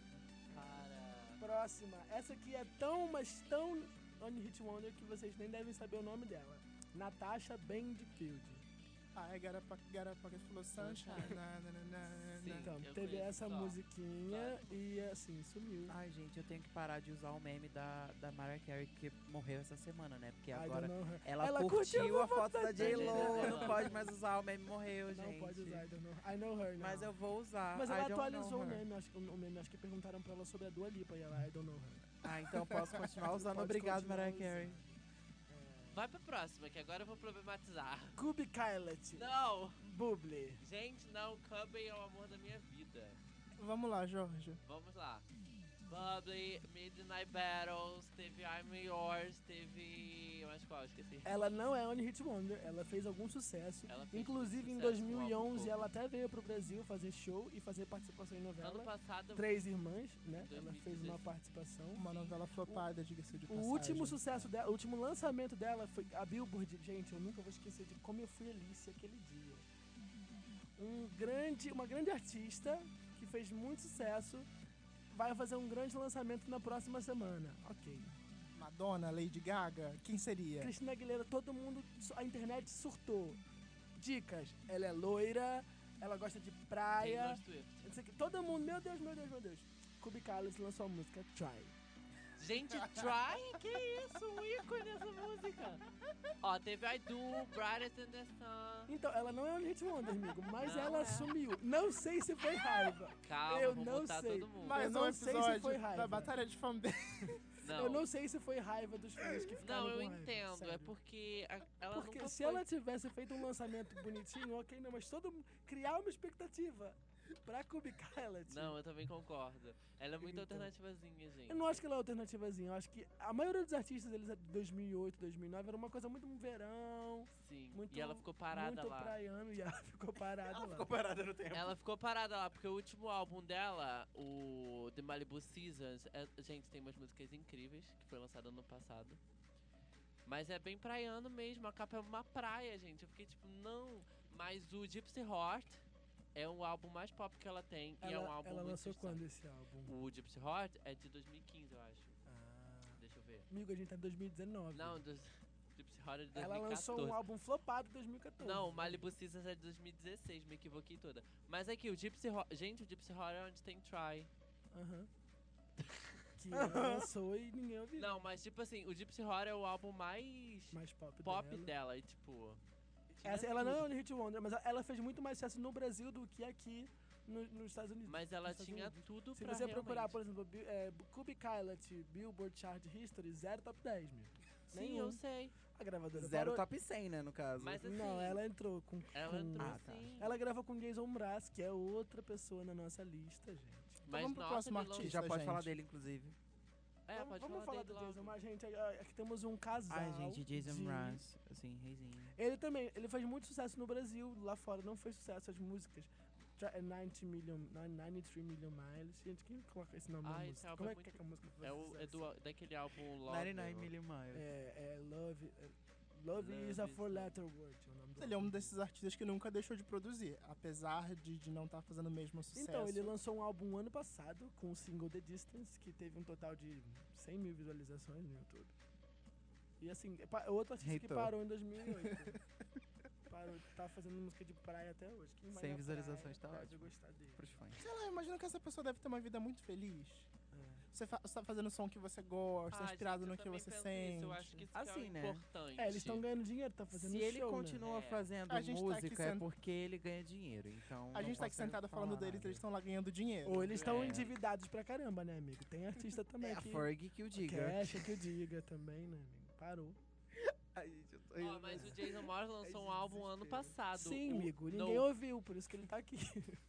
Para! Próxima. Essa aqui é tão, mas tão One Hit Wonder que vocês nem devem saber o nome dela. Natasha Bedingfield. Ah, é Garapa, Garapa que falou Sunshine. na, na, na, na, Sim. na. Então, eu teve conheço essa só. musiquinha Só. e assim, sumiu. Ai, gente, eu tenho que parar de usar o meme da, da Mariah Carey que morreu essa semana, né? Porque I don't agora know her. ela, Ela curtiu, curtiu a foto da J-Lo. J-Lo. Não pode mais usar o meme morreu, Não gente. pode usar, I don't know. I know her, não. Mas eu vou usar. Mas I ela don't atualizou know o her. meme, acho, que- o meme, acho que perguntaram pra ela sobre a Dua Lipa e ela, I don't know her. Ah, então posso continuar usando. Pode Obrigado, continuar Mariah usando. Carey. Vai pra próxima, que agora eu vou problematizar. Kubi Kylet, Não! Bublé. Gente, não, Cubby é o amor da minha vida. Vamos lá, Jorge. Vamos lá. Bubbly, Midnight Battles, teve I'm Yours, teve... Mais qual? Esqueci. Ela não é One Hit Wonder, ela fez algum sucesso. Ela fez Inclusive, em sucesso dois com mil e álbum onze, Coco. ela até veio pro Brasil fazer show e fazer participação em Ano novela. passado... Três Irmãs, né? dois Ela mil e fez uma dezesseis. participação. Uma novela flopada, diga-se de O passagem. último sucesso dela, o último lançamento dela foi a Billboard. Gente, eu nunca vou esquecer de como eu fui Alice aquele dia. Um grande, uma grande artista que fez muito sucesso vai fazer um grande lançamento na próxima semana. Ok. Madonna, Lady Gaga, quem seria? Cristina Aguilera, todo mundo, a internet surtou. Dicas, ela é loira, ela gosta de praia. Taylor Swift. não sei o quê. Todo mundo, meu Deus, meu Deus, meu Deus. Kubi Kylet lançou a música Try. Gente, Try? Que isso? Um ícone essa música. Ó, teve I Do, Brightest than the Sun. Então, ela não é um hit wonder, amigo, mas Não ela é. sumiu. Não sei se foi raiva. Calma, Eu vou não botar sei. todo mundo. Mais Eu um não sei se episódio foi raiva. da Batalha de Fanbase. Não, Eu não sei se foi raiva dos fãs que ficaram não, eu com raiva, entendo. É sério. porque a- ela Porque nunca se foi... ela tivesse feito um lançamento bonitinho, ok, não, mas todo mundo criar uma expectativa pra Kubi Kylet. Não, eu também concordo. Ela é muito Então. alternativazinha, gente. Eu não acho que ela é alternativazinha, eu acho que a maioria dos artistas eles é de dois mil e oito, dois mil e nove era uma coisa muito um verão, Sim, muito e ela ficou parada muito lá. praiano e ela ficou parada lá. parada no tempo. Ela ficou parada lá, porque o último álbum dela, o The Malibu Seasons, é- gente, tem umas músicas incríveis, que foi lançado ano passado. Mas é bem praiano mesmo, a capa é uma praia, gente. Eu fiquei tipo, não. Mas o Gypsy Heart é o álbum mais pop que ela tem, e é um Ela, álbum ela muito lançou sucesso. quando esse álbum? O Gypsy Heart é de dois mil e quinze, eu acho. Ah, Deixa eu ver. amigo, a gente tá em dois mil e dezenove. Não, dos, Gypsy Heart é de dois Ela mil e lançou um quatorze. álbum flopado em dois mil e quatorze. Não, o Malibu Seasons é de dois mil e dezesseis, me equivoquei toda. Mas aqui, o Gypsy Heart... Gente, o Gypsy Heart é onde tem Try. Aham. Que ela lançou e ninguém ouviu. Não, mas tipo assim, o Gypsy Heart é o álbum mais Mais pop, pop dela. dela. E tipo... tinha Essa, ela não é tudo. um hit wonder, mas ela fez muito mais sucesso no Brasil do que aqui no- nos Estados Unidos. Mas ela nos Estados tinha Unidos. tudo Se pra você procurar, realmente. por exemplo, Bi- é, Cube Pilot, Billboard Chart History, zero top dez, meu. Sim, nenhum. eu sei. A gravadora Zero parou. top cem, né, no caso. Mas assim, Não, ela entrou com... ela com- entrou Ah, tá. sim. Ela gravou com Jason Mraz, que é outra pessoa na nossa lista, gente. Mas vamos pro nossa, próximo ele Que artista. já pode gente. falar dele, inclusive. É, vamos pode vamos falar, falar dele do Jason, logo. mas, gente, a- aqui temos um casal. Ai, gente, Jason de- Mraz, assim, reizinho. Ele também, ele faz muito sucesso no Brasil, lá fora não fez sucesso as músicas. Tra- é noventa million, noventa e três million miles. Gente, quem coloca esse nome Ah, na esse música? álbum Como é é que, é que a música faz É, o, é sucesso? do, daquele álbum Love. noventa e nove Million Miles. É, é Love, é, Love, Love is a is four a- letter word. É o nome do Ele é um álbum. desses artistas que nunca deixou de produzir, apesar de, de não estar fazendo o mesmo sucesso. Então, ele lançou um álbum ano passado com o single The Distance, que teve um total de cem mil visualizações no YouTube. E assim, é pa- outro artista que Hatou. parou em dois mil e oito. Parou, tá fazendo música de praia até hoje. Quem vai cem na visualizações tá praia deve ótimo. gostar dele. Pros fãs. Sei lá, eu imagino que essa pessoa deve ter uma vida muito feliz. É. Você, fa você tá fazendo som que você gosta, Ah, inspirado gente, eu no que também você penso sente. Isso, eu acho que isso que é Assim, o né? importante. É, eles estão ganhando dinheiro, tá fazendo Se ele show, continua É. fazendo A gente tá aqui música, é sent- porque ele ganha dinheiro. Então, A não gente tá aqui posso sentado falando falar deles, nada. eles estão lá ganhando dinheiro. Ou eles estão É. endividados pra caramba, né, amigo? Tem artista também É a que... Ferg que o que diga. acha que eu diga também, né, amigo? Parou. Ai, gente, eu tô Ó, rindo, mas né? o Jason Mars lançou um Ai, álbum ano desespero. passado. Sim, o amigo. No- Ninguém ouviu, por isso que ele tá aqui.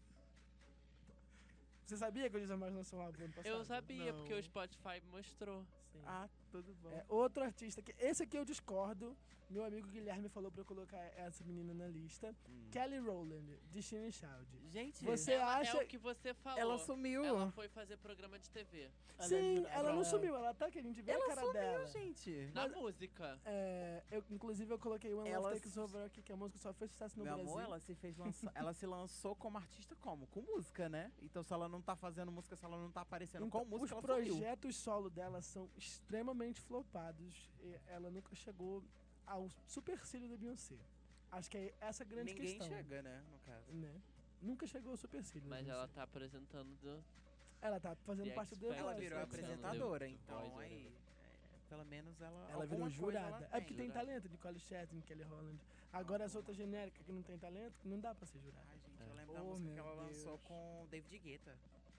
Você sabia que o Jason Mars lançou um álbum ano passado? Eu sabia, porque o Não. Spotify mostrou. Sim. Ah, tudo bom. É, outro artista que... Esse aqui eu discordo. Meu amigo Guilherme falou pra eu colocar essa menina na lista. Hum. Kelly Rowland, Destiny Child. Gente, Você Ela- acha... É o que você falou. ela sumiu. Ela foi fazer programa de T V. Ela é Sim, jurada. ela não sumiu. Ela tá aqui, a gente vê Ela a cara sumiu, dela. gente. Na Mas- música. É, eu, inclusive, eu coloquei One Ela Love Takes s- Over aqui, que a música só fez sucesso no Meu Brasil. amor, ela se fez lança... ela se lançou como artista como? Com música, né? Então se ela não tá fazendo música, se ela não tá aparecendo Então, com música, os ela projetos solo dela são extremamente flopados. E ela nunca chegou ao supercílio da Beyoncé. Acho que é essa a sumiu. grande Ninguém questão. chega, né? No caso. Né? Nunca chegou ao supercílio da Mas Beyoncé. ela tá apresentando. Do... Ela tá fazendo The parte do X The Ela Voice, virou né? apresentando apresentadora, The então Voice, aí. é, pelo menos ela. Ela virou alguma coisa jurada. ela É porque tem Jurada. talento, Nicole Scherzinger, Kelly Holland. Agora as outras genéricas que não tem talento, não dá pra ser jurada. Ai, gente, É. eu lembro da Oh, música que meu ela lançou Deus. com o David Guetta.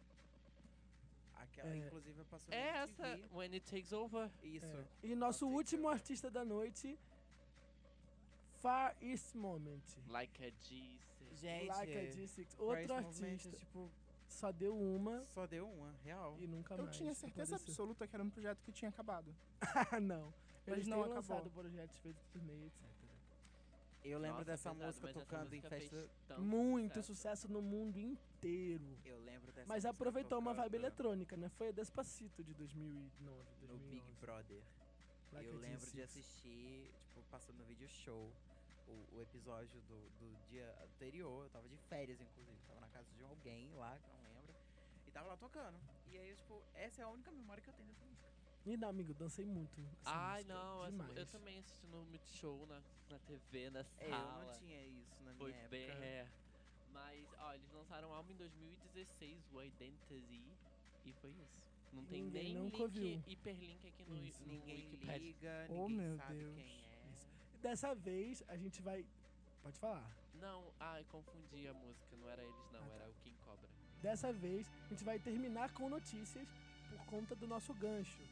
Aquela, É. inclusive, passou É na essa, M T V. When It Takes Over. Isso. É. E nosso Take último Over. artista da noite, Far East Moment. Like a G. Gente, Like a G seis. Price Outro Movement, artista. tipo, Só deu uma só deu uma, real. e nunca Eu mais. tinha certeza apareceu. absoluta que era um projeto que tinha acabado. Ah, não. Mas Eles não têm acabou. lançado projetos feitos por meio, etcétera. Eu lembro Nossa, dessa pesado, música mas essa tocando música em fez festa. tanto Muito sucesso. sucesso no mundo inteiro. Eu lembro dessa Mas música aproveitou uma vibe tocando eletrônica, né? Foi a Despacito de dois mil e nove, no dois mil e onze. Big Brother. Like eu a G lembro de seis. assistir, tipo, passando no vídeo show, o, o episódio do, do dia anterior. Eu tava de férias, inclusive. Tava na casa de alguém lá, que eu não lembro. E tava lá tocando. E aí, tipo, essa é a única memória que eu tenho dessa música. E não, amigo, dancei muito. essa Ai, música, não. essa- Demais. eu também assisti no Multishow na, na T V, na É, eu sala. não tinha isso na Foi minha bem. época. É. Mas, ó, eles lançaram um álbum em dois mil e dezesseis, o Identity, e foi isso. Não tem Ninguém nem nunca link, ouviu. hiperlink aqui no, Isso. no Ninguém Wikipedia. liga, Oh, ninguém meu sabe Deus. quem é. Isso. Dessa vez, a gente vai... Pode falar. Não, ai, confundi a música, não era eles não, Ah, tá. era o King Cobra. Dessa vez, a gente vai terminar com notícias por conta do nosso gancho.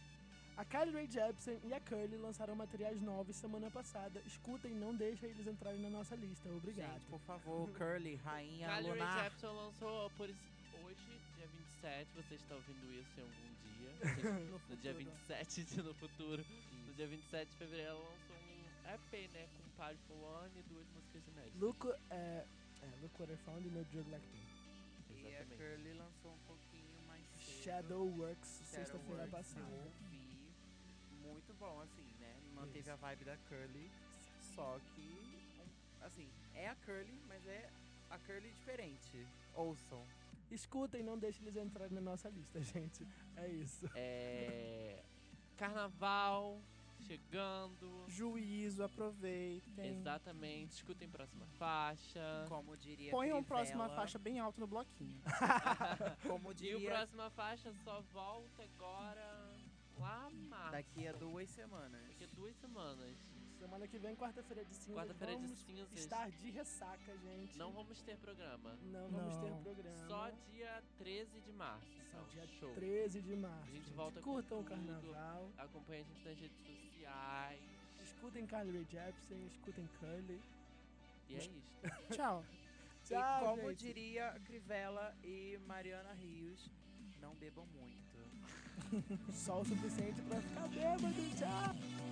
A Kylie Rae Jepsen e a Curly lançaram materiais novos semana passada. Escutem, não deixem eles entrarem na nossa lista. Obrigado. Gente, por favor, Curly, rainha Kylie Rae lunar. Jepsen lançou por isso, hoje, dia vinte e sete, você está ouvindo isso em algum dia. No no dia futuro. vinte e sete de no futuro. No dia vinte e sete de fevereiro ela lançou um E P, né, com Powerful One e duas músicas inéditas. Look, é, é, Look What I Found e No Drug Like Me. E a Exatamente. Curly lançou um pouquinho mais cedo. Shadowworks, sexta-feira Shadowworks, passada. Eu ouvi. Muito bom, assim, né? Manteve Isso. a vibe da Curly. Só que, um, assim, é a Curly, mas é a Curly diferente. Ouçam. Escutem, não deixem eles entrarem na nossa lista, gente. É isso. É, Carnaval chegando. Juízo, aproveitem. Exatamente. Escutem próxima faixa. Como diria Ponham a Crivella, próxima faixa bem alto no bloquinho. Como E o diria... próxima faixa só volta agora lá março. Daqui a duas semanas. Daqui a duas semanas. Semana que vem, quarta-feira de cinza. Quarta-feira de vamos cinzas. estar de ressaca, gente. Não vamos ter programa. Não vamos Não. ter programa. Só dia treze de março. Só Então, dia show. treze de março. A gente volta com Curtam o tudo. carnaval. Acompanha a gente nas redes sociais. Escutem Carly Rae Jepsen, escutem Curly. E é isso. Tchau. E Tchau, como gente. diria Crivella e Mariana Rios, não bebam muito. Só o suficiente pra ficar bêbado. Tchau.